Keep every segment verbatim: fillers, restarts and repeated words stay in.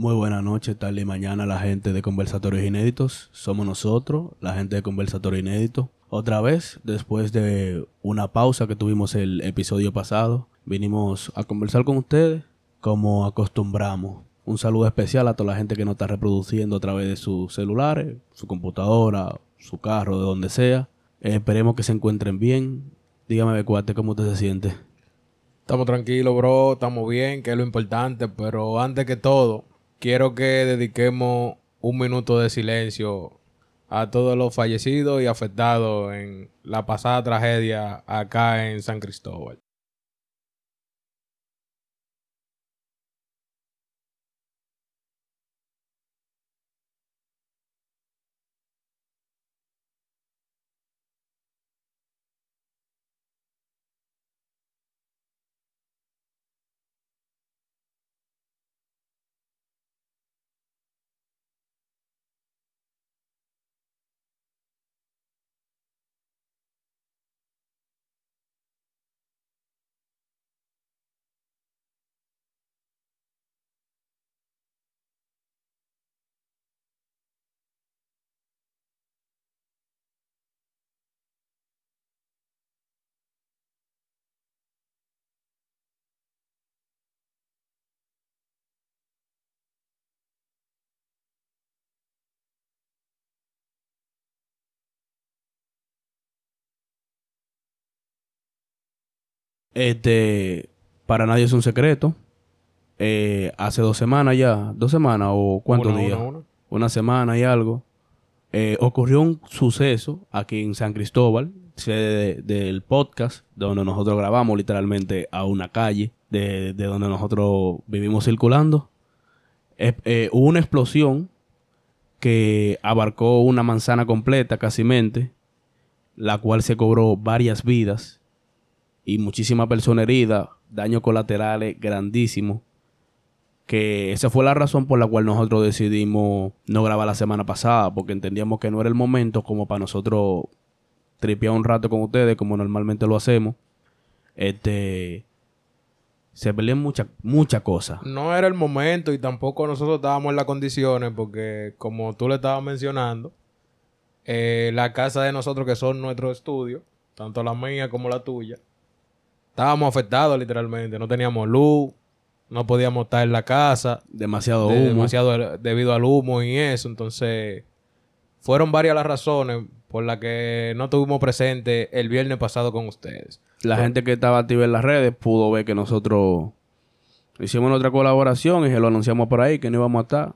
Muy buenas noches, tarde y mañana la gente de Conversatorios Inéditos. Somos nosotros, la gente de Conversatorios Inéditos. Otra vez, después de una pausa que tuvimos el episodio pasado, vinimos a conversar con ustedes como acostumbramos. Un saludo especial a toda la gente que nos está reproduciendo a través de sus celulares, su computadora, su carro, de donde sea. Eh, esperemos que se encuentren bien. Dígame, Becuate, ¿cómo usted se siente? Estamos tranquilos, bro. Estamos bien, que es lo importante. Pero antes que todo, quiero que dediquemos un minuto de silencio a todos los fallecidos y afectados en la pasada tragedia acá en San Cristóbal. Este, para nadie es un secreto. Eh, hace dos semanas ya, dos semanas o cuántos Una, días, una, una. una semana y algo, eh, ocurrió un suceso aquí en San Cristóbal, sede de- del podcast, donde nosotros grabamos literalmente a una calle de, de donde nosotros vivimos circulando. Eh, eh, hubo una explosión que abarcó una manzana completa, casimente, la cual se cobró varias vidas y muchísimas personas heridas, daños colaterales grandísimos. Que esa fue la razón por la cual nosotros decidimos no grabar la semana pasada, porque entendíamos que no era el momento como para nosotros tripear un rato con ustedes, como normalmente lo hacemos. Este, se pelean muchas muchas cosas. No era el momento y tampoco nosotros estábamos en las condiciones porque, como tú le estabas mencionando, eh, la casa de nosotros, que son nuestros estudios, tanto la mía como la tuya, estábamos afectados literalmente. No teníamos luz, no podíamos estar en la casa, Demasiado de- humo. demasiado debido al humo y eso. Entonces, fueron varias las razones por las que no tuvimos presente el viernes pasado con ustedes. La gente que estaba activa en las redes pudo ver que nosotros hicimos nuestra colaboración y se lo anunciamos por ahí que no íbamos a estar.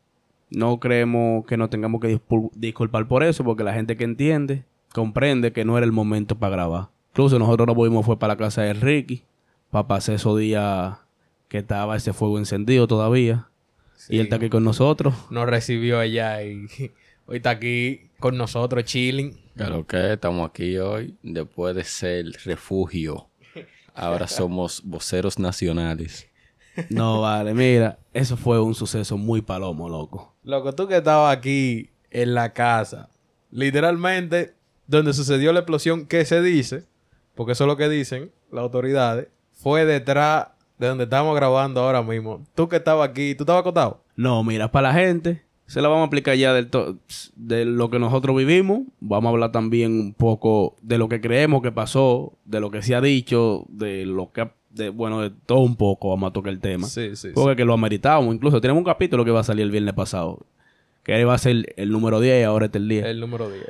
No creemos que nos tengamos que dispu- disculpar por eso, porque la gente que entiende, comprende que no era el momento para grabar. Incluso nosotros nos movimos fue para la casa de Ricky, para pasar esos días que estaba ese fuego encendido todavía. Y él está aquí con nosotros. Nos recibió allá y hoy está aquí con nosotros, chilling. Claro que estamos aquí hoy después de ser refugio. Ahora somos voceros nacionales. No, vale, mira, eso fue un suceso muy palomo, loco. Loco, tú que estabas aquí en la casa, literalmente, donde sucedió la explosión, que se dice, porque eso es lo que dicen las autoridades, fue detrás de donde estamos grabando ahora mismo. Tú que estabas aquí, ¿tú estabas acostado? No, mira, para la gente, se la vamos a explicar ya del to- de lo que nosotros vivimos. Vamos a hablar también un poco de lo que creemos que pasó, de lo que se ha dicho, de lo que... ha- De, bueno, de todo un poco vamos a tocar el tema. Sí, sí, Porque que lo ameritábamos. Incluso tenemos un capítulo que va a salir el viernes pasado. Que va a ser el número diez y ahora este el diez. El número diez.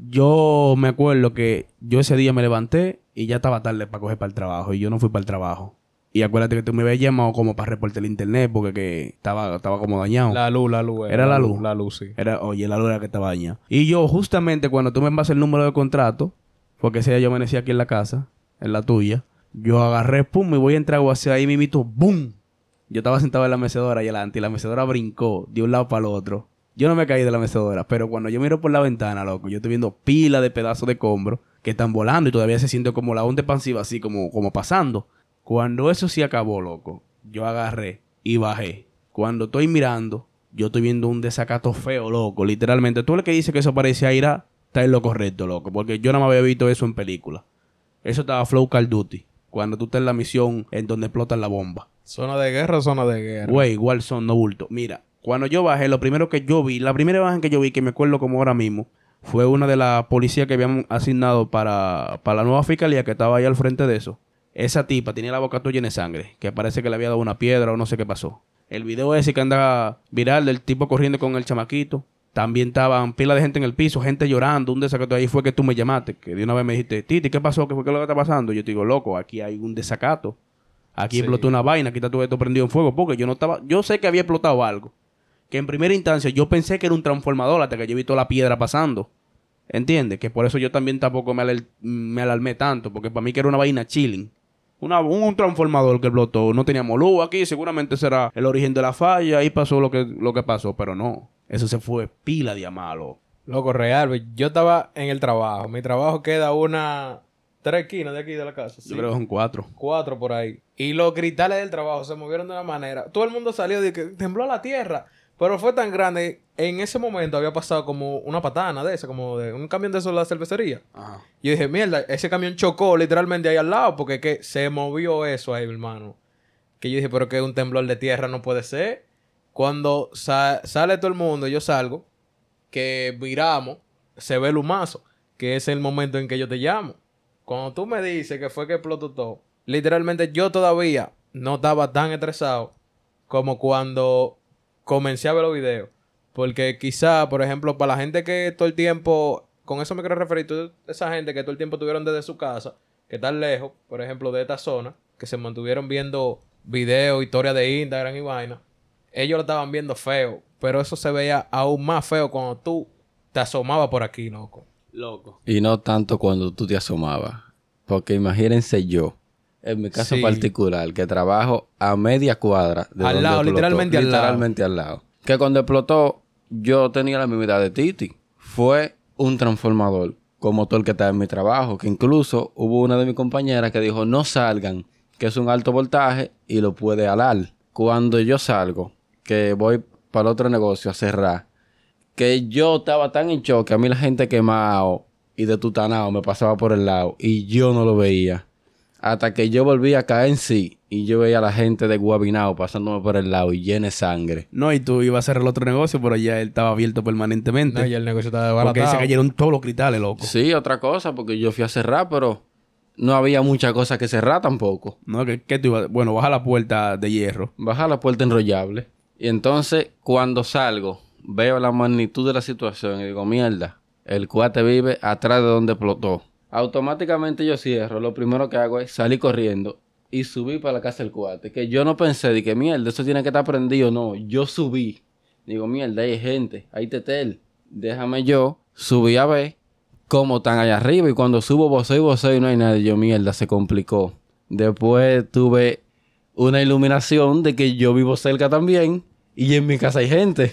Yo me acuerdo que yo ese día me levanté y ya estaba tarde para coger para el trabajo. Y yo no fui para el trabajo. Y acuérdate que tú me habías llamado como para reportar el internet porque que estaba, estaba como dañado. La luz, la luz. ¿Era la luz? La luz, sí. Era, oye, la luz era que estaba dañada. Y yo, justamente cuando tú me envasas el número de contrato, porque ese día yo amanecí aquí en la casa, en la tuya, yo agarré, pum, y voy a entrar hacia ahí mimito, ¡boom! Yo estaba sentado en la mecedora y adelante, y la mecedora brincó de un lado para el otro. Yo no me caí de la mecedora, pero cuando yo miro por la ventana, loco, yo estoy viendo pila de pedazos de escombro que están volando y todavía se siente como la onda expansiva, así como, como pasando. Cuando eso sí acabó, loco, yo agarré y bajé. Cuando estoy mirando, yo estoy viendo un desacato feo, loco. Literalmente, tú el que dice que eso parecía ira, está en lo correcto, loco. Porque yo no me había visto eso en película. Eso estaba Flow Call Duty. cuando tú estás en la misión en donde explotan la bomba. ¿Zona de guerra o zona de guerra? Güey, igual son, no bulto. Mira, cuando yo bajé, lo primero que yo vi, la primera imagen que yo vi, que me acuerdo como ahora mismo, fue una de las policías que habían asignado para, para la nueva fiscalía que estaba ahí al frente de eso. Esa tipa tenía la boca toda llena de sangre, que parece que le había dado una piedra o no sé qué pasó. El video ese que anda viral del tipo corriendo con el chamaquito. También estaban pila de gente en el piso, gente llorando. Un desacato. Ahí fue que tú me llamaste, que de una vez me dijiste, Titi, ¿qué pasó? ¿Qué fue qué es lo que está pasando? Yo te digo, loco, aquí hay un desacato. Aquí Sí. explotó una vaina, aquí está todo esto prendido en fuego. Porque yo no estaba... Yo sé que había explotado algo. Que en primera instancia yo pensé que era un transformador hasta que yo vi toda la piedra pasando. ¿Entiendes? Que por eso yo también tampoco me, aler- me alarmé tanto. Porque para mí que era una vaina chilling. Una, un, un transformador que explotó. No teníamos luz aquí. Seguramente será el origen de la falla. Ahí pasó lo que, lo que pasó. Pero no. Eso se fue pila de a malo. Loco, real, güey. Yo estaba en el trabajo. Mi trabajo queda a una... Tres esquinas de aquí de la casa. Yo creo que son cuatro. Cuatro por ahí. Y los cristales del trabajo se movieron de una manera. Todo el mundo salió de que tembló la tierra. Pero fue tan grande. En ese momento había pasado como una patana de esa. Como de un camión de esos de la cervecería. Ajá. Y yo dije, mierda, ese camión chocó literalmente ahí al lado. Porque es que se movió eso ahí, mi hermano. Que yo dije, pero que un temblor de tierra no puede ser. Cuando sa- sale todo el mundo, yo salgo, que viramos, se ve el humazo, que es el momento en que yo te llamo. Cuando tú me dices que fue que explotó todo, literalmente yo todavía no estaba tan estresado como cuando comencé a ver los videos. Porque quizá, por ejemplo, para la gente que todo el tiempo, con eso me quiero referir, toda esa gente que todo el tiempo estuvieron desde su casa, que están lejos, por ejemplo, de esta zona, que se mantuvieron viendo videos, historias de Instagram y vaina. Ellos lo estaban viendo feo, pero eso se veía aún más feo cuando tú te asomabas por aquí, loco. Loco. Y no tanto cuando tú te asomabas. Porque imagínense yo, en mi caso Sí. particular, que trabajo a media cuadra de Al donde lado, explotó. literalmente al lado. Literalmente al lado. Que cuando explotó, yo tenía la misma edad de Titi. Fue un transformador, como todo el que está en mi trabajo. Que incluso hubo una de mis compañeras que dijo, no salgan, que es un alto voltaje y lo puede alar. Cuando yo salgo, que voy para el otro negocio a cerrar, que yo estaba tan en shock que a mí la gente quemado y de tutanado me pasaba por el lado y yo no lo veía. Hasta que yo volví a caer en sí y yo veía a la gente de Guabinao pasándome por el lado y llena de sangre. No, y tú ibas a cerrar el otro negocio, pero ya él estaba abierto permanentemente. No, y el negocio estaba porque ahí se desbaratado. cayeron todos los cristales, loco. Sí, otra cosa, porque yo fui a cerrar, pero no había mucha cosa que cerrar tampoco. No, que, que tú ibas... Bueno, baja la puerta de hierro. Baja la puerta enrollable. Y entonces, cuando salgo, veo la magnitud de la situación y digo, mierda, el cuate vive atrás de donde explotó. Automáticamente yo cierro. Lo primero que hago es salir corriendo y subí para la casa del cuate. Que yo no pensé de que mierda, eso tiene que estar prendido. No, yo subí. Digo, mierda, hay gente, hay tetel. Déjame yo, subí a ver cómo están allá arriba. Y cuando subo, voceo y voceo y no hay nadie. Yo, mierda, se complicó. Después tuve una iluminación de que yo vivo cerca también. Y en mi casa hay gente.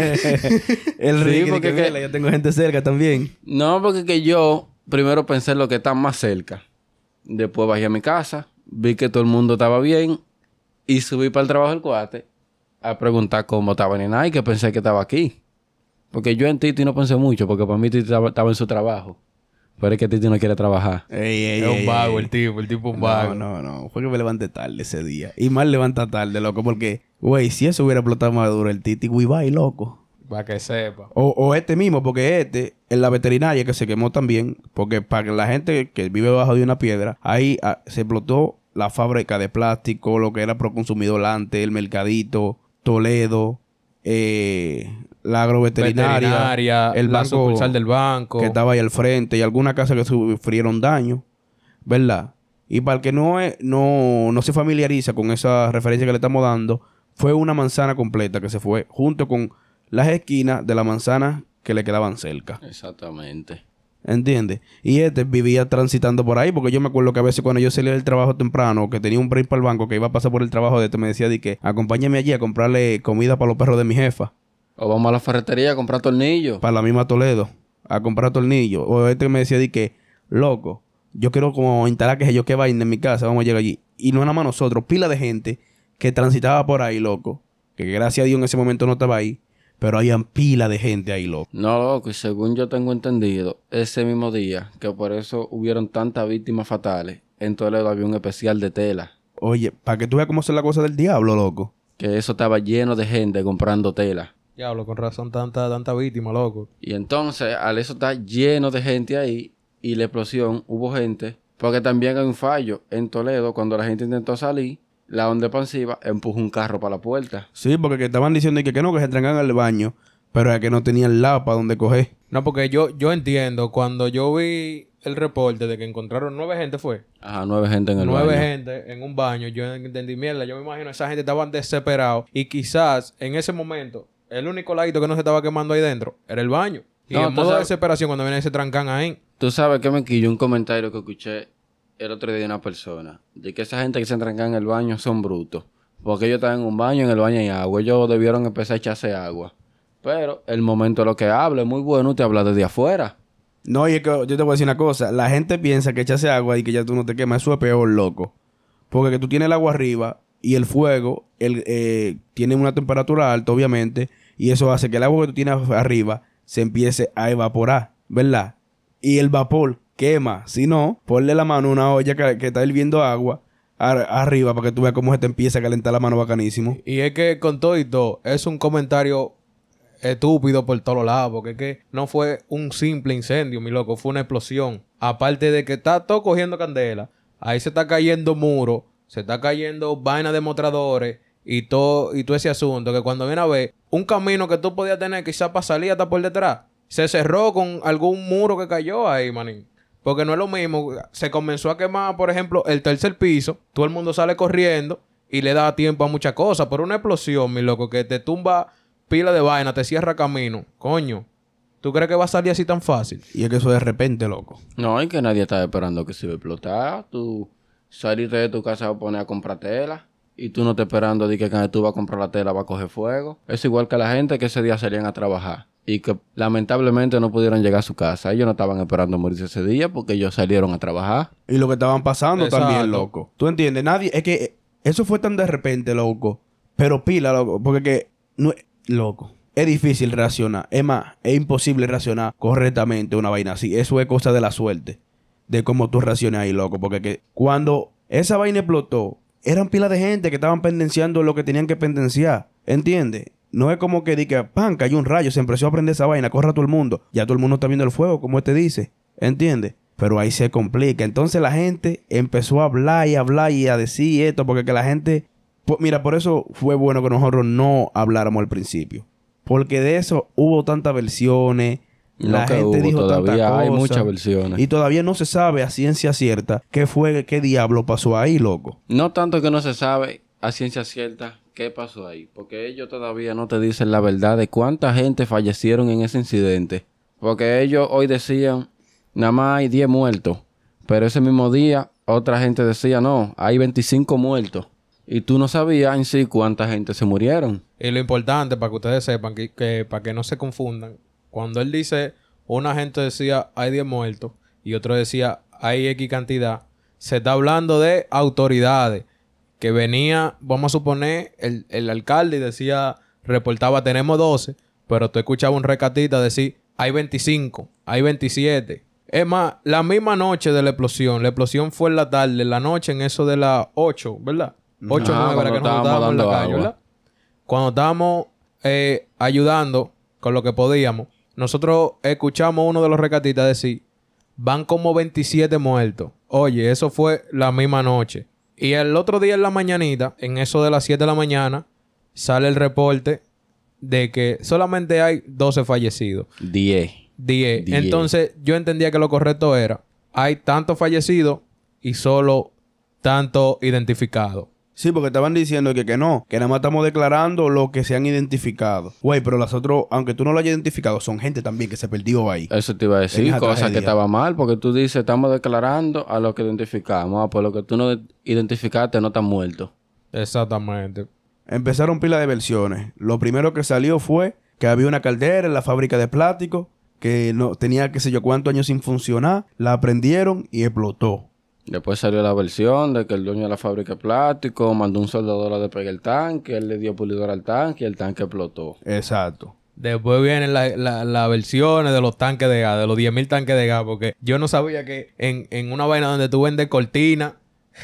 El Sí, Ricky, porque que, que- mira, yo tengo gente cerca también. No, porque que yo primero pensé en lo que está más cerca. Después bajé a mi casa, vi que todo el mundo estaba bien y subí para el trabajo del cuate a preguntar cómo estaba ni nada y que pensé que estaba aquí. Porque yo en Titi no pensé mucho, porque para mí Titi estaba, estaba en su trabajo. Pero es que Titi no quiere trabajar. Ey, ey, Es ey, un vago ey. el tipo, el tipo un No, vago. no, no. Fue que me levanté tarde ese día. Y mal levanta tarde, loco, porque, güey, si eso hubiera explotado más duro, el Titi, güey, va y loco. Para que sepa. O, o este mismo, porque este, en la veterinaria que se quemó también, porque para la gente que vive bajo de una piedra, ahí ah, se explotó la fábrica de plástico, lo que era Proconsumidor antes, el mercadito, Toledo, eh, la agroveterinaria, Veterinaria, el la banco sucursal del banco. que estaba ahí al frente y algunas casas que sufrieron daño, ¿verdad? Y para el que no, es, no, no se familiariza con esa referencia que le estamos dando, fue una manzana completa que se fue junto con las esquinas de la manzana que le quedaban cerca. Exactamente. ¿Entiendes? Y este vivía transitando por ahí, porque yo me acuerdo que a veces cuando yo salía del trabajo temprano, que tenía un break para el banco, que iba a pasar por el trabajo de este, me decía de que acompáñame allí a comprarle comida para los perros de mi jefa, O vamos a la ferretería a comprar tornillos. para la misma Toledo, a comprar tornillos. O este me decía de que, loco, yo quiero como instalar que sé yo qué vaina en mi casa, vamos a llegar allí. Y no nada más nosotros, pila de gente que transitaba por ahí, loco, que gracias a Dios en ese momento no estaba ahí, pero habían pila de gente ahí, loco. No, loco, y según yo tengo entendido, ese mismo día, que por eso hubieron tantas víctimas fatales, en Toledo había un especial de tela. Oye, para que tú veas cómo son las cosas del diablo, loco. Que eso estaba lleno de gente comprando tela. Diablo, con razón tanta, tanta víctima, loco. Y entonces, al eso está lleno de gente ahí, y la explosión, hubo gente, porque también hay un fallo. En Toledo, cuando la gente intentó salir, la onda expansiva empujó un carro para la puerta. Sí, porque que estaban diciendo que, que no, que se trancan al baño, pero es que no tenían lado para donde coger. No, porque yo, yo entiendo, cuando yo vi el reporte de que encontraron nueve gente, fue. Ajá, nueve gente en el nueve baño. gente en un baño. Yo entendí, mierda, yo me imagino esa gente estaban desesperados. Y quizás, en ese momento, el único ladito que no se estaba quemando ahí dentro era el baño. Y No, en tú modo de sabes- desesperación, cuando viene ese trancán ahí. Tú sabes que me quilló un comentario que escuché el otro día de una persona. De que esa gente que se entranca en el baño son brutos. Porque ellos están en un baño, en el baño hay agua. Ellos debieron empezar a echarse agua. Pero el momento de lo que habla es muy bueno. Te habla desde afuera. No, y es que yo te voy a decir una cosa. La gente piensa que echarse agua y que ya tú no te quemas. Eso es peor, loco. Porque que tú tienes el agua arriba y el fuego el, eh, tiene una temperatura alta, obviamente. Y eso hace que el agua que tú tienes arriba se empiece a evaporar, ¿verdad? Y el vapor quema. Si no, ponle la mano a una olla que, que está hirviendo agua ar- arriba para que tú veas cómo se te empieza a calentar la mano bacanísimo. Y es que con todo y todo, es un comentario estúpido por todos lados. Porque es que no fue un simple incendio, mi loco. Fue una explosión. Aparte de que está todo cogiendo candela. Ahí se está cayendo muro. Se está cayendo vaina de mostradores. Y todo, y todo ese asunto. Que cuando viene a ver, un camino que tú podías tener quizás para salir hasta por detrás, se cerró con algún muro que cayó ahí, manín. Porque no es lo mismo. Se comenzó a quemar, por ejemplo, el tercer piso. Todo el mundo sale corriendo y le da tiempo a muchas cosas. Pero una explosión, mi loco, que te tumba pila de vaina, te cierra camino. Coño, ¿tú crees que va a salir así tan fácil? Y es que eso de repente, loco. No, y que nadie está esperando que se iba a explotar. Tú saliste de tu casa a poner a comprar tela. Y tú no estás esperando de que cuando tú vas a comprar la tela va a coger fuego. Es igual que la gente que ese día salían a trabajar. Y que lamentablemente no pudieron llegar a su casa. Ellos no estaban esperando morirse ese día porque ellos salieron a trabajar. Y lo que estaban pasando Exacto. también, loco. ¿Tú entiendes? Nadie... Es que eso fue tan de repente, loco. Pero pila, loco. Porque que... No, es- loco. Es difícil reaccionar. Es más, es imposible reaccionar correctamente una vaina así. Eso es cosa de la suerte. De cómo tú reaccionas ahí, loco. Porque que cuando esa vaina explotó, eran pila de gente que estaban pendenciando lo que tenían que pendenciar. ¿Entiendes? No es como que di que, pan, cayó un rayo, se empezó a prender esa vaina, corra todo el mundo. Ya todo el mundo está viendo el fuego, como este dice. ¿Entiendes? Pero ahí se complica. Entonces la gente empezó a hablar y a hablar y a decir esto, porque que la gente... Pues, mira, por eso fue bueno que nosotros no habláramos al principio. Porque de eso hubo tantas versiones. Lo La que gente hubo, dijo todavía tantas hay cosas. muchas versiones. Y todavía no se sabe a ciencia cierta qué fue, qué diablo pasó ahí, loco. No tanto que no se sabe a ciencia cierta qué pasó ahí. Porque ellos todavía no te dicen la verdad de cuánta gente fallecieron en ese incidente. Porque ellos hoy decían, nada más hay diez muertos. Pero ese mismo día, otra gente decía, no, hay veinticinco muertos. Y tú no sabías en sí cuánta gente se murieron. Y lo importante, para que ustedes sepan, que, que para que no se confundan, cuando él dice, una gente decía, hay diez muertos, y otro decía, hay X cantidad, se está hablando de autoridades. Que venía, vamos a suponer, el, el alcalde y decía, reportaba, tenemos doce, pero tú escuchabas un recatita decir, hay veinticinco, hay veintisiete. Es más, la misma noche de la explosión, la explosión fue en la tarde, en la noche, en eso de las ocho, ¿verdad? ocho o Ajá, nueve, era que cuando nosotros estábamos estábamos en la dando calle, agua. ¿verdad? Cuando estábamos eh, ayudando con lo que podíamos, nosotros escuchamos uno de los recatistas decir, van como veintisiete muertos. Oye, eso fue la misma noche. Y el otro día en la mañanita, en eso de las siete de la mañana, sale el reporte de que solamente hay doce fallecidos. diez. diez. Diez. Entonces, yo entendía que lo correcto era, hay tantos fallecidos y solo tanto identificados. Sí, porque estaban diciendo que, que no, que nada más estamos declarando lo que se han identificado. Güey, pero las otras, aunque tú no lo hayas identificado, son gente también que se perdió ahí. Eso te iba a decir, En esa cosa tragedia. que estaba mal, porque tú dices, estamos declarando a lo que identificamos. Ah, por lo que tú no identificaste, no están muertos. Exactamente. Empezaron pila de versiones. Lo primero que salió fue que había una caldera en la fábrica de plástico que no tenía qué sé yo cuántos años sin funcionar. La prendieron y explotó. Después salió la versión de que el dueño de la fábrica de plástico mandó un soldador a despegar el tanque, él le dio pulidor al tanque y el tanque explotó. Exacto. Después vienen las la, la versiones de los tanques de gas, de los diez mil tanques de gas, porque yo no sabía que en, en una vaina donde tú vendes cortina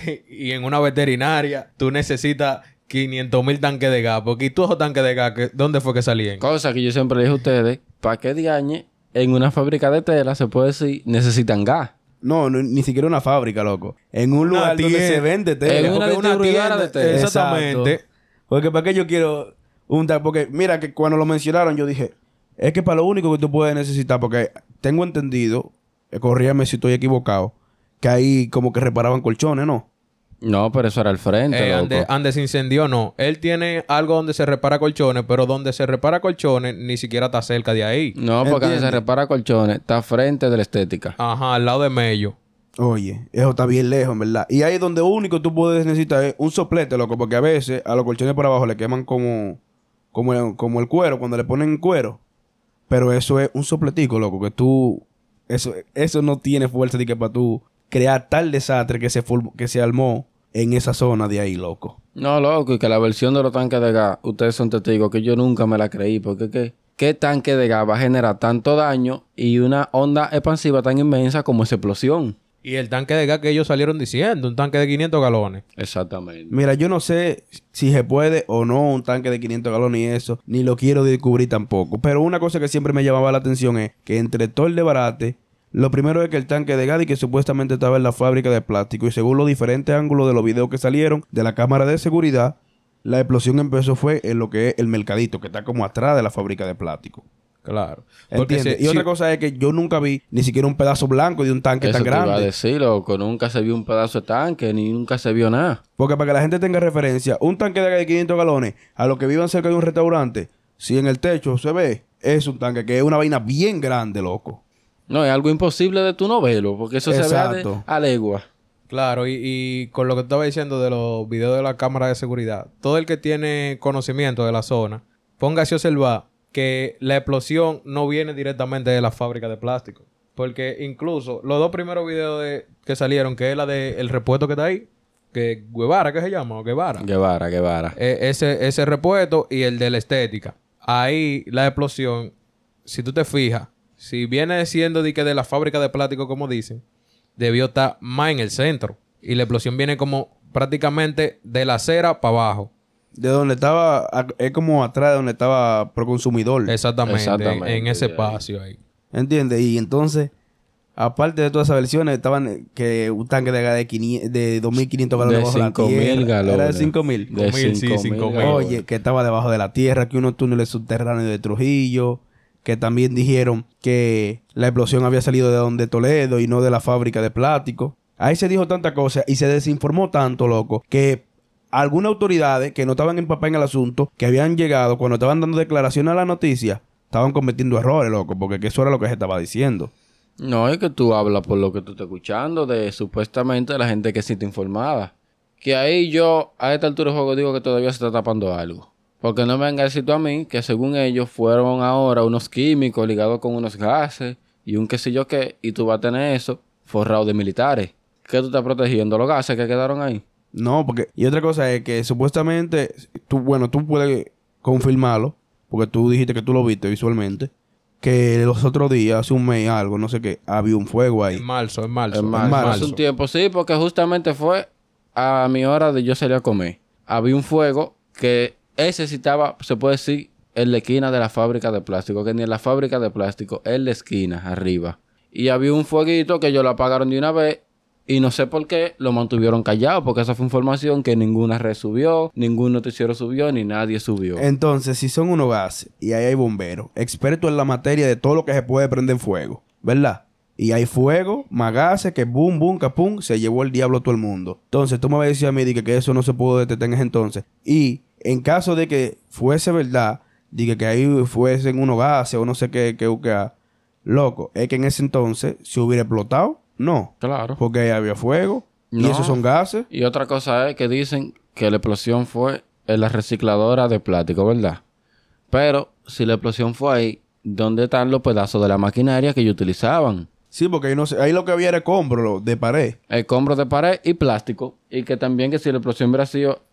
y en una veterinaria tú necesitas quinientos mil tanques de gas. Porque ¿y todos esos tanques de gas, ¿dónde fue que salían? Cosa que yo siempre le dije a ustedes, ¿para qué diañe en una fábrica de tela se puede decir necesitan gas? No, no, ni siquiera una fábrica, loco. En un Una lugar donde tienda. se vende tela. En una Porque distribuidora de tela. Exactamente. Exacto. Porque ¿para qué yo quiero un tal? Porque mira que cuando lo mencionaron yo dije, es que para lo único que tú puedes necesitar, porque tengo entendido, eh, corríame si estoy equivocado, que ahí como que reparaban colchones, ¿no? No, pero eso era al frente, Eh, loco. ande, ande se incendió, no. Él tiene algo donde se repara colchones, pero donde se repara colchones ni siquiera está cerca de ahí. No, porque donde ¿Entiendes? se repara colchones está frente de la estética. Ajá, al lado de Mello. Oye, eso está bien lejos, en verdad. Y ahí donde único tú puedes necesitar es un soplete, loco, porque a veces a los colchones por abajo le queman como, como, el, como el cuero, cuando le ponen cuero. Pero eso es un sopletico, loco, que tú... Eso, eso no tiene fuerza de que para tú crear tal desastre que se, form- que se armó en esa zona de ahí, loco. No, loco, y que la versión de los tanques de gas, ustedes son testigos que yo nunca me la creí, porque ¿qué, qué tanque de gas va a generar tanto daño y una onda expansiva tan inmensa como esa explosión? Y el tanque de gas que ellos salieron diciendo, un tanque de quinientos galones. Exactamente. Mira, yo no sé si se puede o no un tanque de quinientos galones y eso, ni lo quiero descubrir tampoco. Pero una cosa que siempre me llamaba la atención es que entre todo el desbarate, lo primero es que el tanque de gas y que supuestamente estaba en la fábrica de plástico y según los diferentes ángulos de los videos que salieron de la cámara de seguridad, la explosión empezó fue en lo que es el mercadito, que está como atrás de la fábrica de plástico. Claro. Porque ¿Entiendes? si- y otra si- cosa es que yo nunca vi ni siquiera un pedazo blanco de un tanque Eso tan te iba a grande. decir, loco. Nunca se vio un pedazo de tanque, ni nunca se vio nada. Porque para que la gente tenga referencia, un tanque de gas de quinientos galones, a los que vivan cerca de un restaurante, si en el techo se ve, es un tanque que es una vaina bien grande, loco. No, es algo imposible de tú no verlo, porque eso se ve Exacto. de- a legua. Claro, y, y con lo que estaba diciendo de los videos de la cámara de seguridad, todo el que tiene conocimiento de la zona, póngase a observar que la explosión no viene directamente de la fábrica de plástico. Porque incluso los dos primeros videos de, que salieron, que es la del repuesto que está ahí, que Guevara, ¿qué se llama? ¿O Guevara? Guevara, Guevara. Eh, ese, ese repuesto y el de la estética. Ahí la explosión, si tú te fijas, si viene siendo de, que de la fábrica de plástico, como dicen, debió estar más en el centro. Y la explosión viene como prácticamente de la acera para abajo. De donde estaba, a- es como atrás de donde estaba Proconsumidor. Exactamente, Exactamente, en, en ese de ahí. espacio ahí. ¿Entiendes? Y entonces, aparte de todas esas versiones, estaban eh, que un tanque de gas de, quinientos de dos mil quinientos galones De debajo de la cinco mil tierra. galones. Era de cinco mil. De Cinco mil, sí, cinco cinco mil mil. galones. Oye, que estaba debajo de la tierra, que unos túneles subterráneos de Trujillo, que también dijeron que la explosión había salido de donde Toledo y no de la fábrica de plástico. Ahí se dijo tanta cosa y se desinformó tanto, loco, que algunas autoridades que no estaban empapadas en el asunto, que habían llegado cuando estaban dando declaraciones a la noticia, estaban cometiendo errores, loco, porque que eso era lo que se estaba diciendo. No, es que tú hablas por lo que tú estás escuchando de supuestamente la gente que sí te informada. Que ahí yo, a esta altura del juego, digo que todavía se está tapando algo. Porque no me vengas a decir tú a mí que según ellos fueron ahora unos químicos ligados con unos gases y un qué sé yo qué, y tú vas a tener eso forrado de militares. ¿Qué tú estás protegiendo? ¿Los gases que quedaron ahí? No, porque... Y otra cosa es que supuestamente... Tú, bueno, tú puedes confirmarlo, porque tú dijiste que tú lo viste visualmente, que los otros días, hace un mes, algo, no sé qué, había un fuego ahí. En marzo, en marzo. En en marzo. marzo. Hace un tiempo, sí, porque justamente fue a mi hora de yo salir a comer. Había un fuego que ese sí estaba, se puede decir, en la esquina de la fábrica de plástico, que ni en la fábrica de plástico, en la esquina, arriba. Y había un fueguito que ellos lo apagaron de una vez y no sé por qué lo mantuvieron callado, porque esa fue información que ninguna red subió, ningún noticiero subió, ni nadie subió. Entonces, si son unos gases y ahí hay bomberos, expertos en la materia de todo lo que se puede prender en fuego, ¿verdad? Y hay fuego, más gases, que boom, boom, capum, se llevó el diablo a todo el mundo. Entonces, tú me vas a decir a mí que, que eso no se pudo detectar en ese entonces. Y en caso de que fuese verdad, diga que ahí fuesen unos gases o no sé qué, que, que loco, es que en ese entonces, si hubiera explotado, no. Claro. Porque ahí había fuego y No. esos son gases. Y otra cosa es que dicen que la explosión fue en la recicladora de plástico, ¿verdad? Pero si la explosión fue ahí, ¿dónde están los pedazos de la maquinaria que ellos utilizaban? Sí, porque ahí, no sé, ahí lo que había era escombro de pared. Escombros de pared y plástico. Y que también que si la explosión hubiera sido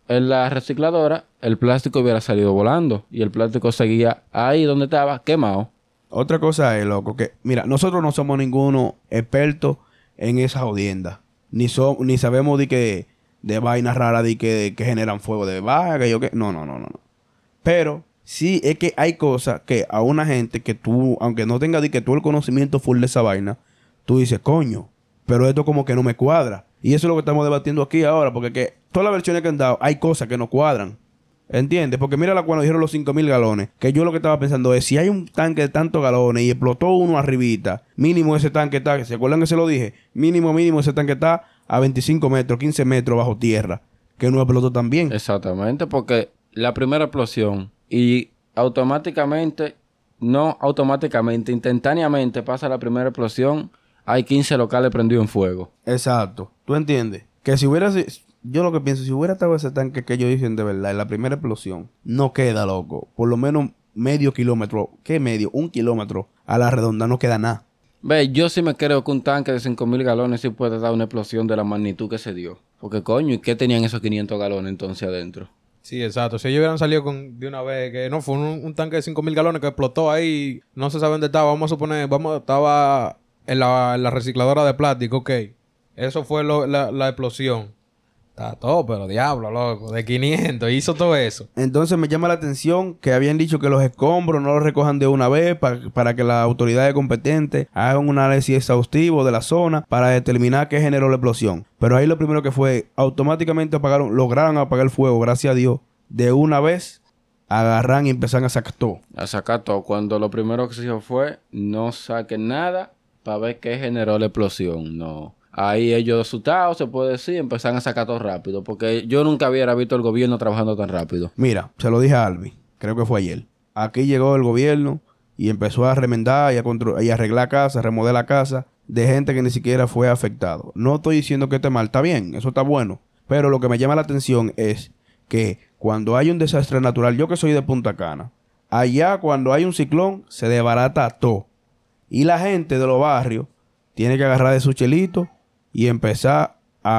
en la recicladora, el plástico hubiera salido volando y el plástico seguía ahí donde estaba, quemado. Otra cosa es, loco, que mira, nosotros no somos ninguno expertos en esa jodienda. Ni so, ni sabemos de que de vainas raras de que, que generan fuego de vaga, yo que no, no, no, no, no. Pero sí es que hay cosas que a una gente que tú, aunque no tenga de que tú el conocimiento full de esa vaina, tú dices, coño, pero esto como que no me cuadra. Y eso es lo que estamos debatiendo aquí ahora, porque que todas las versiones que han dado, hay cosas que no cuadran. ¿Entiendes? Porque mira cuando dijeron los cinco mil galones, que yo lo que estaba pensando es, si hay un tanque de tantos galones y explotó uno arribita, mínimo ese tanque está, ¿se acuerdan que se lo dije? Mínimo, mínimo ese tanque está a veinticinco metros, quince metros bajo tierra, que no explotó tan bien. Exactamente, porque la primera explosión y automáticamente, no automáticamente, instantáneamente pasa la primera explosión, hay quince locales prendidos en fuego. Exacto. ¿Tú entiendes? Que si hubiera... Yo lo que pienso, si hubiera estado ese tanque que ellos dicen de verdad en la primera explosión, no queda, loco. Por lo menos medio kilómetro. ¿Qué medio? Un kilómetro a la redonda no queda nada. Ve, yo sí me creo que un tanque de cinco mil galones sí puede dar una explosión de la magnitud que se dio. Porque coño, ¿y qué tenían esos quinientos galones entonces adentro? Sí, exacto. Si ellos hubieran salido con, de una vez, que no, fue un, un tanque de cinco mil galones que explotó ahí, no se sabe dónde estaba, vamos a suponer, vamos, estaba en la, en la recicladora de plástico, ok. Eso fue lo, la, la explosión. Está todo, pero diablo, loco, de quinientos, hizo todo eso. Entonces me llama la atención que habían dicho que los escombros no los recojan de una vez pa para que las autoridades competentes hagan un análisis exhaustivo de la zona para determinar qué generó la explosión. Pero ahí lo primero que fue, automáticamente apagaron, lograron apagar el fuego, gracias a Dios, de una vez, agarran y empezaron a sacar todo. A sacar todo. Cuando lo primero que se hizo fue, no saquen nada para ver qué generó la explosión, no. Ahí ellos asustados, se puede decir, empezaron a sacar todo rápido. Porque yo nunca hubiera visto el gobierno trabajando tan rápido. Mira, se lo dije a Albi, creo que fue ayer. Aquí llegó el gobierno y empezó a remendar y a, y a arreglar casas, remodelar casas de gente que ni siquiera fue afectado. No estoy diciendo que esté mal, está bien, eso está bueno. Pero lo que me llama la atención es que cuando hay un desastre natural, yo que soy de Punta Cana, allá cuando hay un ciclón se desbarata todo. Y la gente de los barrios tiene que agarrar de su chelito y empezar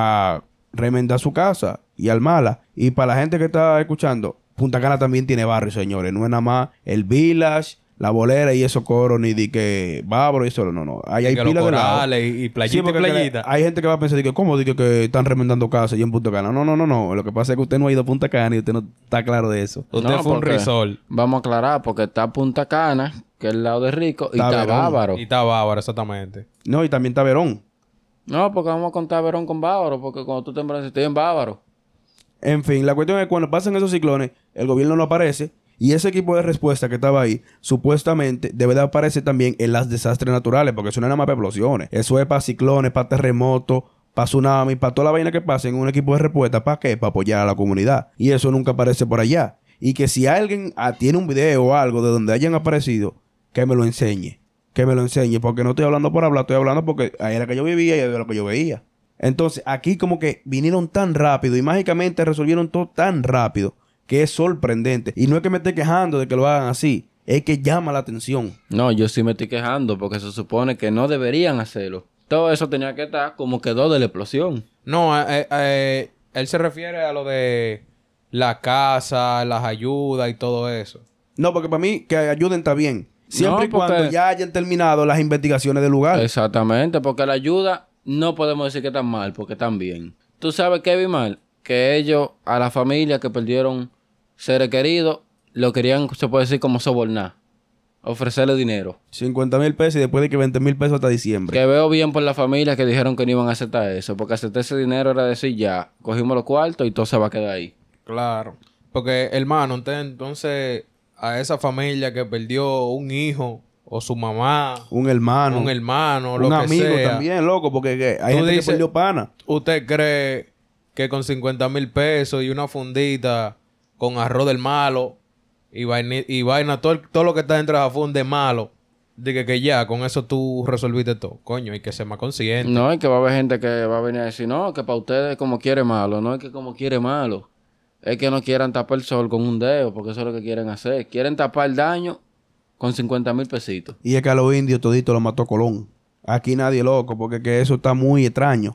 a remendar su casa y armarla. Y para la gente que está escuchando, Punta Cana también tiene barrios, señores. No es nada más el Village, la Bolera y esos coros, ni de que Bávaro y eso. No, no. Ahí hay pilas de lado. Y, y playita sí, y playita. Hay gente que va a pensar, que, ¿cómo? Dice que están remendando casas y en Punta Cana. No, no, no, no. Lo que pasa es que usted no ha ido a Punta Cana y usted no está claro de eso. Usted No, fue un porque- risol. Vamos a aclarar, porque está Punta Cana, que es el lado de Rico, y está Taberón. Bávaro. Y está bárbaro, exactamente. No, y también está Verón. No, porque vamos a contar Verón con Bávaro, porque cuando tú te embarazas, estoy en Bávaro. En fin, la cuestión es que cuando pasan esos ciclones, el gobierno no aparece y ese equipo de respuesta que estaba ahí, supuestamente, debe de aparecer también en las desastres naturales, porque eso no es nada más para explosiones. Eso es para ciclones, para terremotos, para tsunami, para toda la vaina que pase en un equipo de respuesta. ¿Para qué? Para apoyar a la comunidad. Y eso nunca aparece por allá. Y que si alguien ah, tiene un video o algo de donde hayan aparecido, que me lo enseñe. Que me lo enseñe, porque no estoy hablando por hablar, estoy hablando porque ahí era que yo vivía y de lo que yo veía. Entonces, aquí como que vinieron tan rápido y mágicamente resolvieron todo tan rápido que es sorprendente. Y no es que me esté quejando de que lo hagan así, es que llama la atención. No, yo sí me estoy quejando, porque se supone que no deberían hacerlo. Todo eso tenía que estar como quedó de la explosión. No, eh, eh, él se refiere a lo de la casa, las ayudas y todo eso. No, porque para mí que ayuden está bien. Siempre No, y cuando porque- ya hayan terminado las investigaciones del lugar. Exactamente, porque la ayuda no podemos decir que están mal, porque están bien. ¿Tú sabes qué vi mal? Que ellos, a la familia que perdieron seres queridos, lo querían, se puede decir, como sobornar. Ofrecerle dinero. cincuenta mil pesos y después de que veinte mil pesos hasta diciembre. Que veo bien por la familia que dijeron que no iban a aceptar eso. Porque aceptar ese dinero era decir, ya, cogimos los cuartos y todo se va a quedar ahí. Claro. Porque, hermano, usted, entonces, a esa familia que perdió un hijo o su mamá, Un hermano. un hermano, un lo que amigo sea, también, loco, porque que hay Tú gente dices- que perdió pana. ¿usted cree que con cincuenta mil pesos y una fundita con arroz del malo y vaina, y vaina todo, el- todo lo que está dentro de la funda es malo, diga que ya, con eso tú resolviste todo? Coño, hay que ser más consciente. No, y que va a haber gente que va a venir a decir, no, que para ustedes como quiere malo. No es que como quiere malo. Es que no quieran tapar el sol con un dedo, porque eso es lo que quieren hacer. Quieren tapar el daño con cincuenta mil pesitos. Y es que a los indios todito lo mató Colón. Aquí nadie loco, porque que eso está muy extraño.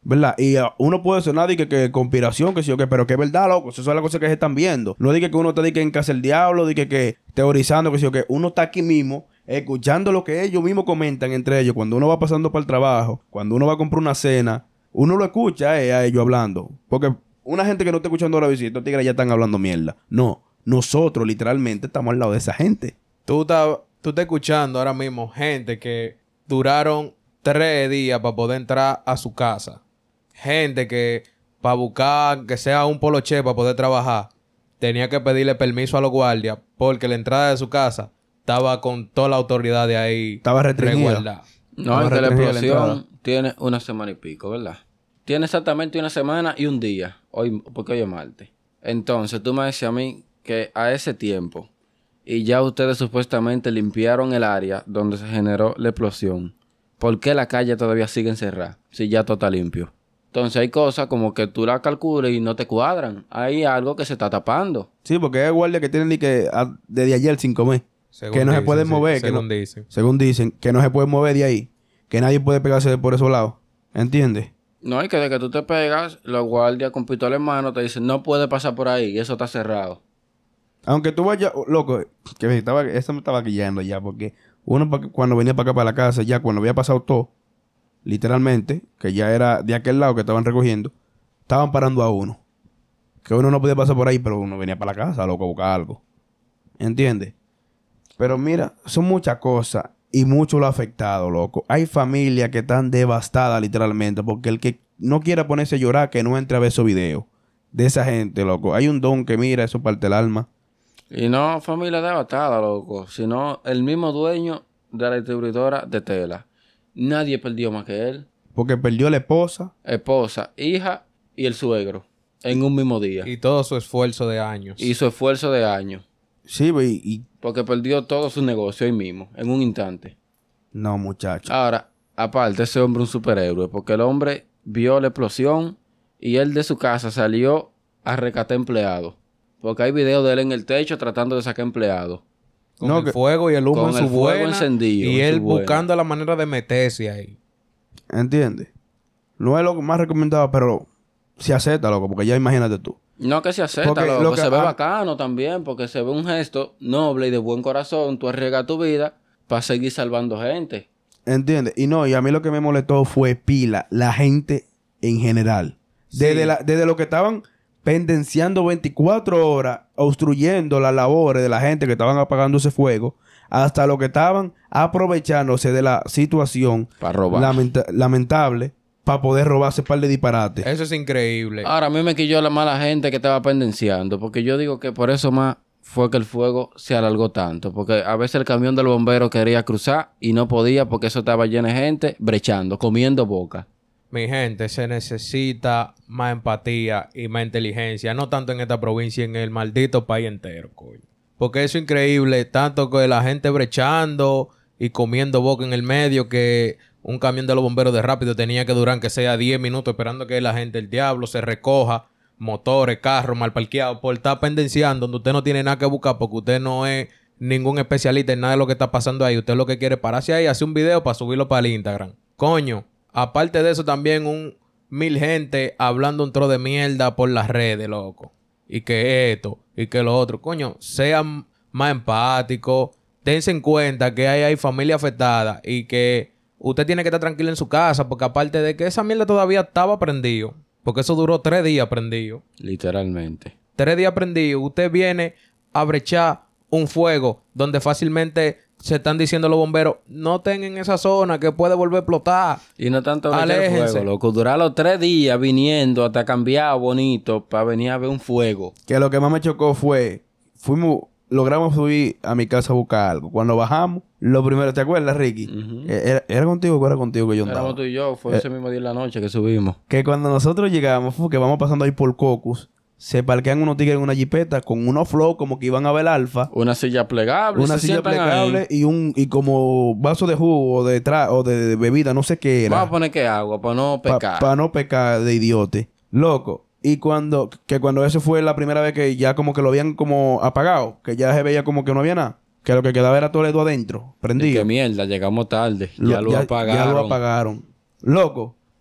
¿verdad? Y uh, uno puede sonar de que, que conspiración, que sí o que, pero que es verdad, loco. Eso son las cosas que se están viendo. No diga que uno te diga en casa del diablo, diga que teorizando, que sí o que. Uno está aquí mismo, escuchando lo que ellos mismos comentan entre ellos. Cuando uno va pasando para el trabajo, cuando uno va a comprar una cena, uno lo escucha eh, a ellos hablando. Porque una gente que no está escuchando la visita, los tigres ya están hablando mierda. No, nosotros literalmente estamos al lado de esa gente. Tú estás, tú estás escuchando ahora mismo gente que duraron tres días para poder entrar a su casa. Gente que para buscar que sea un poloche para poder trabajar, tenía que pedirle permiso a los guardias porque la entrada de su casa estaba con toda la autoridad de ahí. Estaba restringida. resguardada. No, es que la restringida la explosión entrada. tiene una semana y pico, ¿verdad? Tiene exactamente una semana y un día. Hoy, porque hoy es martes. Entonces, tú me decías a mí que a ese tiempo, y ya ustedes supuestamente limpiaron el área donde se generó la explosión, ¿por qué la calle todavía sigue encerrada si ya todo está limpio? Entonces hay cosas como que tú la calcules y no te cuadran. Hay algo que se está tapando. Sí, porque hay guardias que tienen ni que a- desde ayer sin comer. Según que no se dicen, pueden sí, mover. que según no- dicen. Según dicen, que no se pueden mover de ahí. Que nadie puede pegarse de por esos lados. ¿Entiendes? No, y que de que tú te pegas, los guardias con pistola en mano te dicen, no puede pasar por ahí, y eso está cerrado. Aunque tú vayas, loco, que me estaba, eso me estaba guillando ya, porque uno pa- cuando venía para acá, para la casa, ya cuando había pasado todo, literalmente, que ya era de aquel lado que estaban recogiendo, estaban parando a uno. Que uno no podía pasar por ahí, pero uno venía para la casa, loco, a buscar algo. ¿Entiendes? Pero mira, son muchas cosas y mucho lo ha afectado, loco. Hay familias que están devastadas, literalmente, porque el que no quiera ponerse a llorar, que no entre a ver esos videos de esa gente, loco. Hay un don que mira, eso parte el alma. Y no familia devastada, loco, sino el mismo dueño de la distribuidora de tela. Nadie perdió más que él. Porque perdió la esposa. Esposa, hija y el suegro en un mismo día. Y todo su esfuerzo de años. Y su esfuerzo de años. Sí, y, y... Porque perdió todo su negocio ahí mismo, en un instante. No, muchacho. Ahora, aparte, ese hombre es un superhéroe, porque el hombre vio la explosión y él de su casa salió a rescatar empleados. Porque hay videos de él en el techo tratando de sacar empleados. Con No, el que- fuego y el humo con en el su fuego buena, encendido y en él su buena. buscando la manera de meterse ahí. ¿Entiendes? No es lo más recomendado, pero se acepta, loco, porque ya imagínate tú. No que se acepta, Porque loco, lo que- se ve ah. bacano también, porque se ve un gesto noble y de buen corazón. Tú arriesgas tu vida para seguir salvando gente. ¿Entiendes? Y no, y a mí lo que me molestó fue pila, la gente en general. Desde, Sí. la, desde lo que estaban pendenciando veinticuatro horas, obstruyendo las labores de la gente que estaban apagando ese fuego, hasta lo que estaban aprovechándose de la situación Para robar. lamenta- lamentable para poder robarse un par de disparates. Eso es increíble. Ahora, a mí me quilló la mala gente que estaba pendenciando, porque yo digo que por eso más fue que el fuego se alargó tanto, porque a veces el camión del bombero quería cruzar y no podía porque eso estaba lleno de gente brechando, comiendo boca. Mi gente, se necesita más empatía y más inteligencia. No tanto en esta provincia, en el maldito país entero, coño. Porque eso es increíble. Tanto que la gente brechando y comiendo boca en el medio, que un camión de los bomberos de rápido tenía que durar que sea diez minutos esperando que la gente, el diablo, se recoja. Motores, carros mal parqueados, por estar pendenciando donde usted no tiene nada que buscar porque usted no es ningún especialista en nada de lo que está pasando ahí. Usted lo que quiere es pararse ahí, hacer un video para subirlo para el Instagram. Coño. Aparte de eso, también un mil gente hablando un tro de mierda por las redes, loco. Y que esto, y que lo otro. Coño, sean más empáticos. Dense en cuenta que hay, hay familia afectada y que usted tiene que estar tranquilo en su casa. Porque aparte de que esa mierda todavía estaba prendido. Porque eso duró tres días prendido. Literalmente. Tres días prendido. Usted viene a brechar un fuego donde fácilmente se están diciendo los bomberos, no estén en esa zona que puede volver a explotar. Y no tanto brechar el Aléjense. fuego, loco. Durar los tres días viniendo hasta cambiado bonito para venir a ver un fuego. Que lo que más me chocó fue, fuimos, logramos subir a mi casa a buscar algo. Cuando bajamos, lo primero, ¿te acuerdas, Ricky? Ujú. Eh, era, ¿Era contigo o era contigo que yo andaba? Éramos tú y yo, fue Eh. ese mismo día en la noche que subimos. Que cuando nosotros llegamos, fue que vamos pasando ahí por Cocus, se parquean unos tigres en una jipeta con unos flow como que iban a ver alfa, Una silla plegable. una se silla sientan plegable ahí. y un y como vaso de jugo o de, tra o de, de bebida, no sé qué era. Vamos a poner que agua para no pecar. Para no pecar de idiote. Loco. Y cuando, que cuando eso fue la primera vez que ya como que lo habían como apagado, que ya se veía como que no había nada, que lo que quedaba era Toledo adentro, Y prendido. qué mierda, llegamos tarde. Lo- ya lo apagaron. Ya lo apagaron. Loco,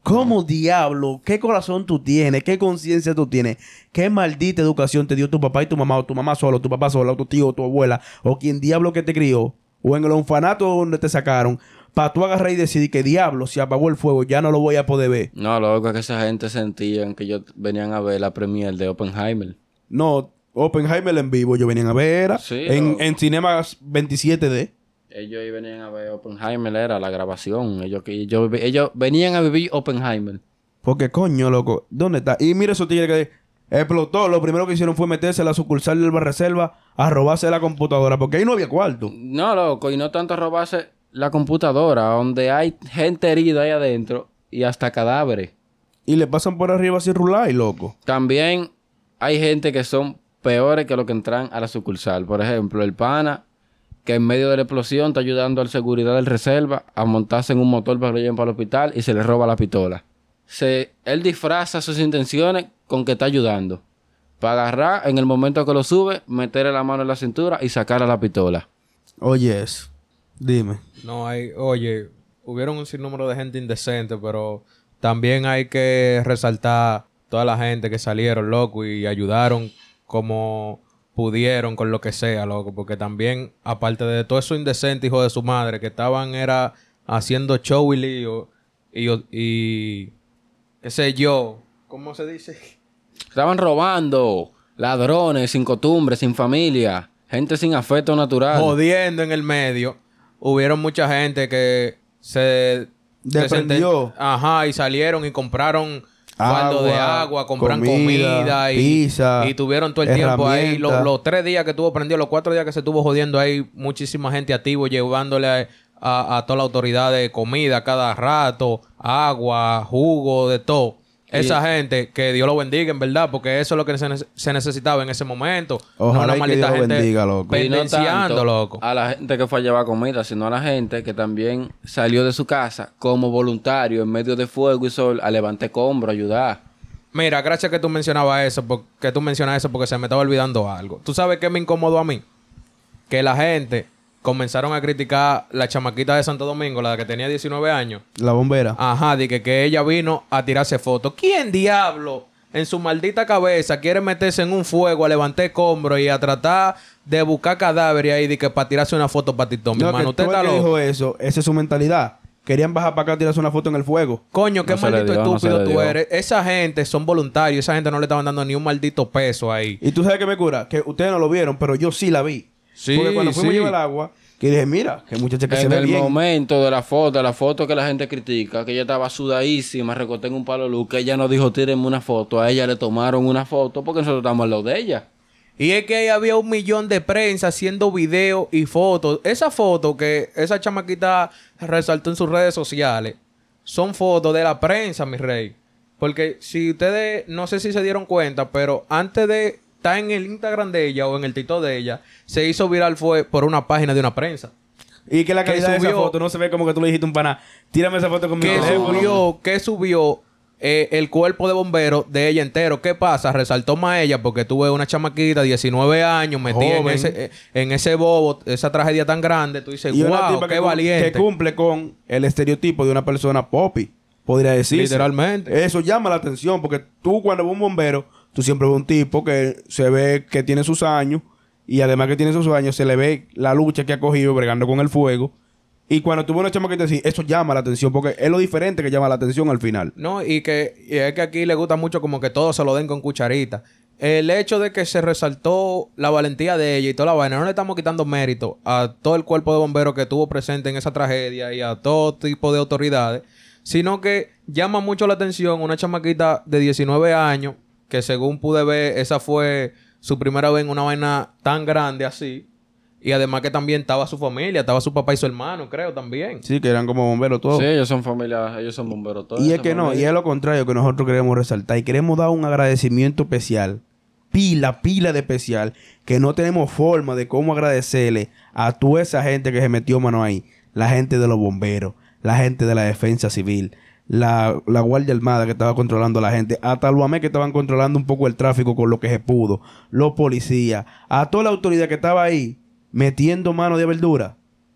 ¿Cómo diablo? ¿Qué corazón tú tienes? ¿Qué conciencia tú tienes? ¿Qué maldita educación te dio tu papá y tu mamá? O tu mamá solo, tu papá solo, o tu tío, o tu abuela, o quien diablo que te crió, o en el orfanato donde te sacaron, para tú agarrar y decidir que diablo, si apagó el fuego, ya no lo voy a poder ver. No, loco, es que esa gente sentían que ellos venían a ver la premiere de Oppenheimer. No, Oppenheimer en vivo, yo venían a ver, era Sí, en, loco. en Cinemas veintisiete D. Ellos ahí venían a ver Oppenheimer, era la grabación. Ellos, que- ellos, ellos venían a vivir Oppenheimer. Porque coño, loco, ¿dónde está? Y mira esos tigres que explotó. Lo primero que hicieron fue meterse a la sucursal del Barreserva a robarse la computadora, porque ahí no había cuarto. No, loco, y no tanto robarse la computadora, donde hay gente herida ahí adentro y hasta cadáveres. Y le pasan por arriba así rular, loco. También hay gente que son peores que los que entran a la sucursal. Por ejemplo, el pana que en medio de la explosión está ayudando al seguridad del reserva a montarse en un motor para que lo lleven para el hospital y se le roba la pistola. Se, él disfraza sus intenciones con que está ayudando. Para agarrar, en el momento que lo sube, meterle la mano en la cintura y sacarle la pistola. Oye, eso. Dime. No hay, oye, hubieron un sinnúmero de gente indecente, pero también hay que resaltar toda la gente que salieron, loco, y ayudaron como pudieron con lo que sea, loco, porque también, aparte de todo eso indecente, hijo de su madre, que estaban era haciendo show y lío, y, y qué sé yo, ¿cómo se dice? Estaban robando, ladrones, sin costumbre, sin familia, gente sin afecto natural. Jodiendo en el medio. Hubieron mucha gente que se... Desprendió. se senten- Ajá, y salieron y compraron faldo de agua, compran comida, comida, y, pizza, y tuvieron todo el tiempo ahí. Los, herramientas. los tres días que estuvo prendido, los cuatro días que se estuvo jodiendo ahí, muchísima gente activo llevándole a, a, a toda la autoridad de comida cada rato, agua, jugo, de todo. Esa gente, que Dios lo bendiga, en verdad, porque eso es lo que se, nece- se necesitaba en ese momento. Ojalá no y que Dios lo bendiga, loco. Y no pendenciando, tanto loco. a la gente que fue a llevar comida, sino a la gente que también salió de su casa como voluntario en medio de fuego y sol a levantar escombros, a ayudar. Mira, gracias que tú mencionabas eso, porque tú mencionas eso porque se me estaba olvidando algo. ¿Tú sabes qué me incomodó a mí? Que la gente comenzaron a criticar la chamaquita de Santo Domingo, la que tenía diecinueve años. La bombera. Ajá, de que, que ella vino a tirarse fotos. ¿Quién diablo en su maldita cabeza quiere meterse en un fuego a levantar escombros y a tratar de buscar cadáveres ahí de que para tirarse una foto para TikTok? Mi No, hermano, que usted todo el está que loco. dijo eso, esa es su mentalidad. Querían bajar para acá a tirarse una foto en el fuego. Coño, qué No se le maldito dio, no se estúpido le tú dio. eres. Esa gente son voluntarios. Esa gente no le estaban dando ni un maldito peso ahí. Y tú sabes que me cura, que ustedes no lo vieron, pero yo sí la vi. Sí, Porque cuando fuimos sí. a llevar el agua, que dije, mira, que muchacha que se En ve el bien. momento de la foto, de la foto que la gente critica, que ella estaba sudadísima, recorté en un palo de luz, que ella nos dijo, tírenme una foto. A ella le tomaron una foto porque nosotros estamos al lado de ella. Y es que ahí había un millón de prensa haciendo videos y fotos. Esa foto que esa chamaquita resaltó en sus redes sociales son fotos de la prensa, mi rey. Porque si ustedes, no sé si se dieron cuenta, pero antes de estar en el Instagram de ella o en el TikTok de ella, se hizo viral fue por una página de una prensa. Y que la que calidad de esa subió- foto no se ve como que tú le dijiste a un pana, tírame esa foto con mi Que teléfono. subió, que subió eh, el cuerpo de bombero de ella entero. ¿Qué pasa? Resaltó más ella porque tuve una chamaquita de diecinueve años metida en Joven. ese, eh, en ese bobo, esa tragedia tan grande. Tú dices, Y una wow, tipa qué que, cum- valiente. que cumple con el estereotipo de una persona popi, podría decir. Literalmente. Eso llama la atención, porque tú cuando ves un bombero, tú siempre ves un tipo que se ve que tiene sus años, y además que tiene sus años, se le ve la lucha que ha cogido bregando con el fuego. Y cuando tú ves una chamaquita así, eso llama la atención, porque es lo diferente que llama la atención al final. No, y que y es que aquí le gusta mucho como que todo se lo den con cucharita. El hecho de que se resaltó la valentía de ella y toda la vaina, no le estamos quitando mérito a todo el cuerpo de bomberos que estuvo presente en esa tragedia y a todo tipo de autoridades, sino que llama mucho la atención una chamaquita de diecinueve años, que según pude ver, esa fue su primera vez en una vaina tan grande así. Y además que también estaba su familia, estaba su papá y su hermano, creo, también. Sí, que eran como bomberos todos. Sí, ellos son familia, ellos son bomberos todos. Y es esa que no, y familia. es lo contrario que nosotros queremos resaltar. Y queremos dar un agradecimiento especial. Pila, pila de especial. Que no tenemos forma de cómo agradecerle a toda esa gente que se metió mano ahí. La gente de los bomberos. La gente de la defensa civil. La, la Guardia Armada que estaba controlando a la gente. Hasta los AME que estaban controlando un poco el tráfico con lo que se pudo. Los policías. A toda la autoridad que estaba ahí metiendo mano de verdura.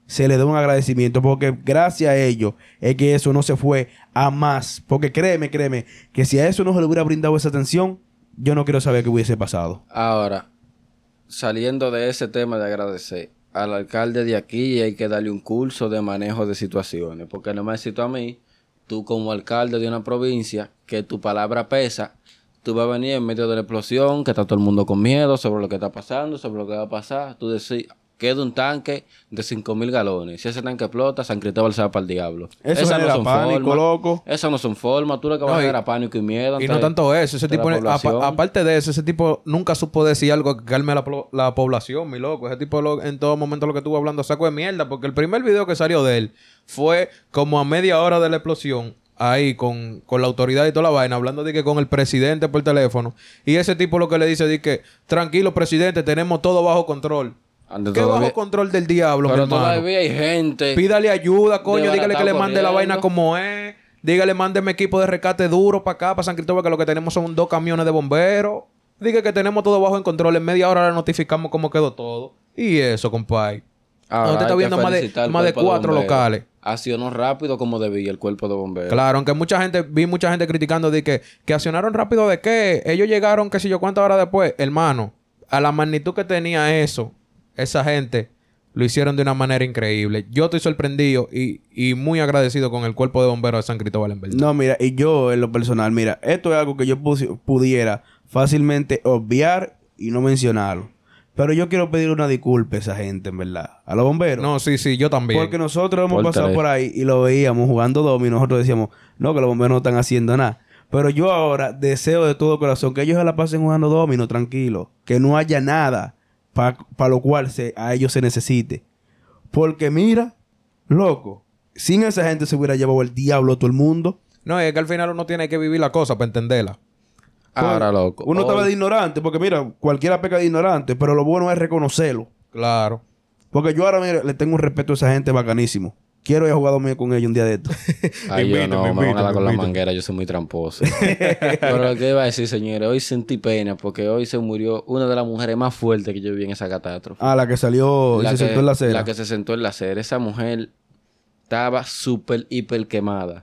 se le dé un agradecimiento, porque gracias a ellos es que eso no se fue a más. Porque créeme, créeme, que si a eso no se le hubiera brindado esa atención, yo no quiero saber qué hubiese pasado. Ahora, saliendo de ese tema de agradecer, al alcalde de aquí hay que darle un curso de manejo de situaciones, porque no me necesito a mí, tú como alcalde de una provincia, que tu palabra pesa, tú vas a venir en medio de la explosión, que está todo el mundo con miedo sobre lo que está pasando, sobre lo que va a pasar, tú decís, queda un tanque de cinco mil galones. Si ese tanque explota, San Cristóbal se va para el diablo. Eso Esas genera no son pánico, formas, loco. Esas no son formas. Tú lo que vas no, a generar pánico y miedo. Y no tanto eso. Ese tipo, a, aparte de eso, ese tipo nunca supo decir algo que calme la, la población, mi loco. Ese tipo lo, en todo momento lo que estuvo hablando saco de mierda. Porque el primer video que salió de él fue como a media hora de la explosión. Ahí con, con la autoridad y toda la vaina, hablando de que con el presidente por teléfono. Y ese tipo lo que le dice es que, tranquilo, presidente, tenemos todo bajo control. Ande ¿Qué todavía... bajo control del diablo, pero mi hermano? Todavía hay gente. Pídale ayuda, coño. Dígale que le mande corriendo. la vaina como es. Dígale, mándeme equipo de rescate duro para acá, para San Cristóbal, que lo que tenemos son dos camiones de bomberos. Dígale que tenemos todo bajo en control. En media hora le notificamos cómo quedó todo. Y eso, compadre. Ahora, usted está viendo más de, más de cuatro de locales. Accionó rápido como debía el cuerpo de bomberos. Claro, aunque mucha gente, vi mucha gente criticando de que, que accionaron rápido de qué. Ellos llegaron, qué sé yo, cuántas horas después. Hermano, a la magnitud que tenía eso, esa gente lo hicieron de una manera increíble. Yo estoy sorprendido y, y muy agradecido con el cuerpo de bomberos de San Cristóbal en verdad. No, mira, y yo en lo personal, mira, esto es algo que yo pudiera fácilmente obviar y no mencionarlo. Pero yo quiero pedir una disculpa a esa gente, en verdad. A los bomberos. No, sí, sí, yo también. Porque nosotros hemos por pasado tres. por ahí y lo veíamos jugando dominó y nosotros decíamos, no, que los bomberos no están haciendo nada. Pero yo ahora deseo de todo corazón que ellos se la pasen jugando domino, tranquilo. Que no haya nada para pa lo cual se, a ellos se necesite. Porque mira, loco, sin esa gente se hubiera llevado el diablo a todo el mundo. No, es que al final uno tiene que vivir la cosa para entenderla. Ahora, loco. Uno hoy... estaba de ignorante, porque mira, cualquiera peca de ignorante, pero lo bueno es reconocerlo. Claro. Porque yo ahora mira, le tengo un respeto a esa gente bacanísimo. Quiero ir a jugar domingo con ellos un día de esto. Ay, yo no, me van a dar con la invítame. manguera, yo soy muy tramposo. Pero lo que iba a decir, señores, hoy sentí pena porque hoy se murió una de las mujeres más fuertes que yo vi en esa catástrofe. Ah, la que salió la y se que, sentó en la acera. La que se sentó en la acera. Esa mujer estaba súper, hiper quemada.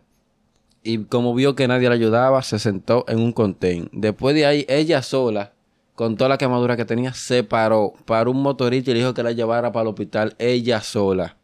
Y como vio que nadie la ayudaba, se sentó en un contén. Después de ahí, ella sola, con toda la quemadura que tenía, se paró. Paró un motorista y le dijo que la llevara para el hospital. Ella sola.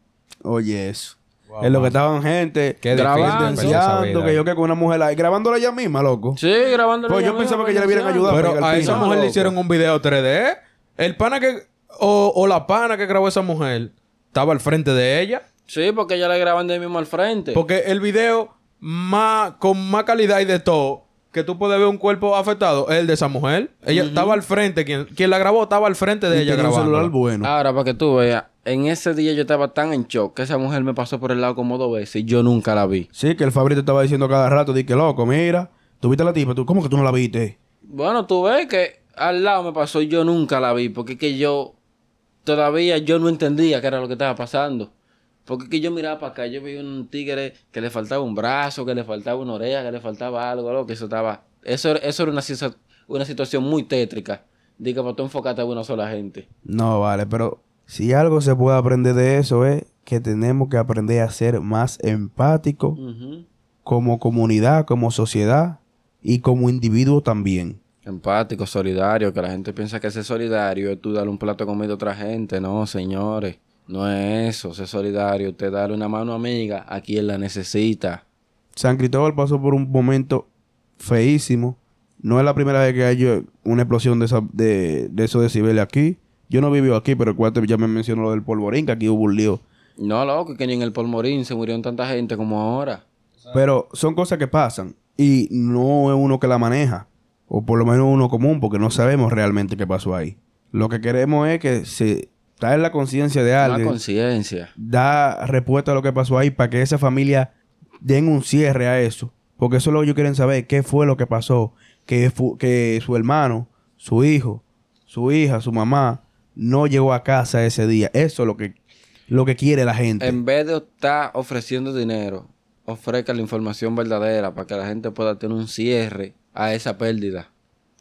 Oye, eso. Wow, en lo wow. que estaban gente Qué grabando, evidenciando que yo que con una mujer ahí, grabándola ella misma, loco. Sí, grabando. Pues yo pensaba que ya le hubieran ayudado. Pero para a el esa pino. mujer loco. le hicieron un video tres D. El pana que... O, o la pana que grabó esa mujer estaba al frente de ella. Sí, porque ella la graban de ahí mismo al frente. Porque el video más con más calidad y de todo que tú puedes ver un cuerpo afectado es el de esa mujer. Ella Ujú. estaba al frente. Quien, quien la grabó estaba al frente de Y ella tenía un grabando. celular bueno. Ahora, para que tú veas, en ese día yo estaba tan en shock que esa mujer me pasó por el lado como dos veces y yo nunca la vi. Sí, que el Fabri te estaba diciendo cada rato, di que loco, mira, tú viste a la tipa, tú, ¿cómo que tú no la viste? Bueno, tú ves que al lado me pasó y yo nunca la vi porque es que yo todavía yo no entendía qué era lo que estaba pasando. Porque es que yo miraba para acá, yo veía un tigre que le faltaba un brazo, que le faltaba una oreja, que le faltaba algo, algo que eso estaba... Eso, eso era una, una situación muy tétrica. Diga, para tú enfocarte a una sola gente. No, vale, pero si algo se puede aprender de eso es que tenemos que aprender a ser más empáticos Uh-huh. como comunidad, como sociedad y como individuo también. Empático, solidario, que la gente piensa que ser solidario es tú darle un plato de comida a otra gente. No, señores, no es eso, ser solidario. Usted darle una mano amiga a quien la necesita. San Cristóbal pasó por un momento feísimo. No es la primera vez que hay una explosión de, esa, de, de esos decibeles aquí. Yo no vivo aquí, pero el cuate ya me mencionó lo del polvorín, que aquí hubo un lío. No, loco, que ni en el Polmorín se murieron tanta gente como ahora. Pero son cosas que pasan y no es uno que la maneja. O por lo menos uno común, porque no sabemos realmente qué pasó ahí. Lo que queremos es que se está en la conciencia de Una alguien, conciencia. da respuesta a lo que pasó ahí para que esa familia den un cierre a eso. Porque eso es lo que ellos quieren saber, qué fue lo que pasó. Que, fu- que su hermano, su hijo, su hija, su mamá, no llegó a casa ese día. Eso es lo que, lo que quiere la gente. En vez de estar ofreciendo dinero, ofrezca la información verdadera para que la gente pueda tener un cierre a esa pérdida.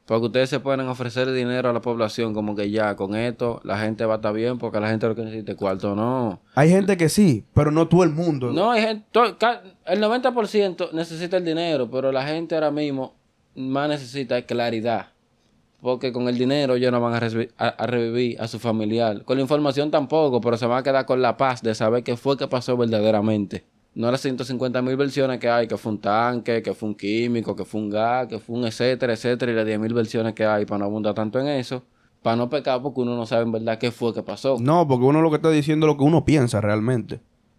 Porque ustedes se pueden ofrecer dinero a la población como que ya, con esto la gente va a estar bien porque la gente lo que necesita es cuarto, no. Hay gente que sí, pero no todo el mundo. No, hay gente, to- ca- el noventa por ciento necesita el dinero, pero la gente ahora mismo más necesita claridad. Porque con el dinero ellos no van a, recibi- a, a revivir a su familiar. Con la información tampoco, pero se van a quedar con la paz de saber qué fue que pasó verdaderamente. No las ciento cincuenta mil versiones que hay, que fue un tanque, que fue un químico, que fue un gas, que fue un etcétera, etcétera, y las diez mil versiones que hay para no abundar tanto en eso, para no pecar porque uno no sabe en verdad qué fue que pasó. No, porque uno lo que está diciendo es lo que uno piensa realmente.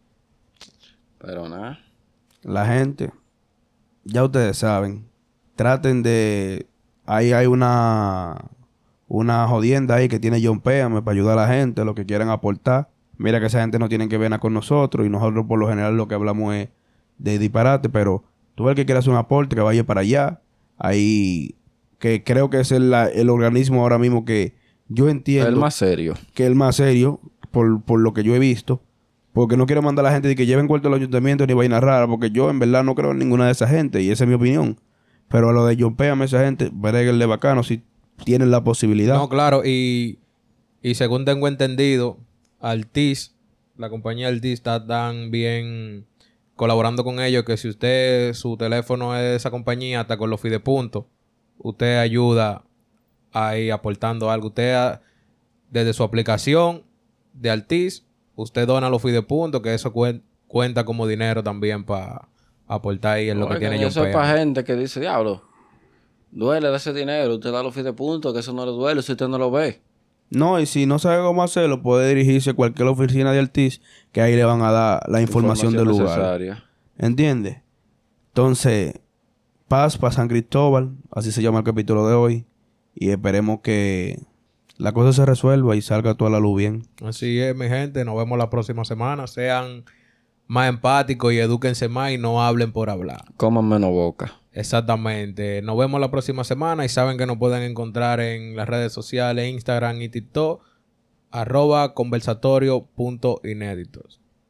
Pero nada. La gente, ya ustedes saben, traten de... Ahí hay una... Una jodienda ahí que tiene John Péame para ayudar a la gente, lo que quieran aportar. Mira que esa gente no tiene que ver nada con nosotros y nosotros por lo general lo que hablamos es de disparate, pero tú el que quiera hacer un aporte que vaya para allá. Ahí, que creo que es el, la- el organismo ahora mismo que yo entiendo El más serio. que es el más serio por, por lo que yo he visto. Porque no quiero mandar a la gente de que lleven cuarto al ayuntamiento ni vaina rara, porque yo en verdad no creo en ninguna de esa gente y esa es mi opinión. Pero a lo de John Péame, esa gente, breguenle bacano si tienen la posibilidad. No, claro, y, y según tengo entendido, Altis, la compañía Altis está tan bien colaborando con ellos que si usted, su teléfono es de esa compañía, hasta con los fidepuntos, usted ayuda ahí aportando algo. Usted, a- desde su aplicación de Altis, usted dona los fidepuntos, que eso cuen- cuenta como dinero también para aportar ahí en lo que Oigan, tiene John eso es para Péame. gente que dice, diablo, duele de ese dinero, usted da los de puntos, que eso no le duele si usted no lo ve. No, y si no sabe cómo hacerlo, puede dirigirse a cualquier oficina de Altis, que ahí le van a dar la información, del lugar. necesaria. ¿Entiendes? Entonces, paz para San Cristóbal, así se llama el capítulo de hoy, y esperemos que la cosa se resuelva y salga toda la luz bien. Así es, mi gente. Nos vemos la próxima semana. Sean más empáticos y edúquense más y no hablen por hablar. Coman menos boca. Exactamente. Nos vemos la próxima semana y saben que nos pueden encontrar en las redes sociales, Instagram y TikTok, arroba conversatorio punto inéditos.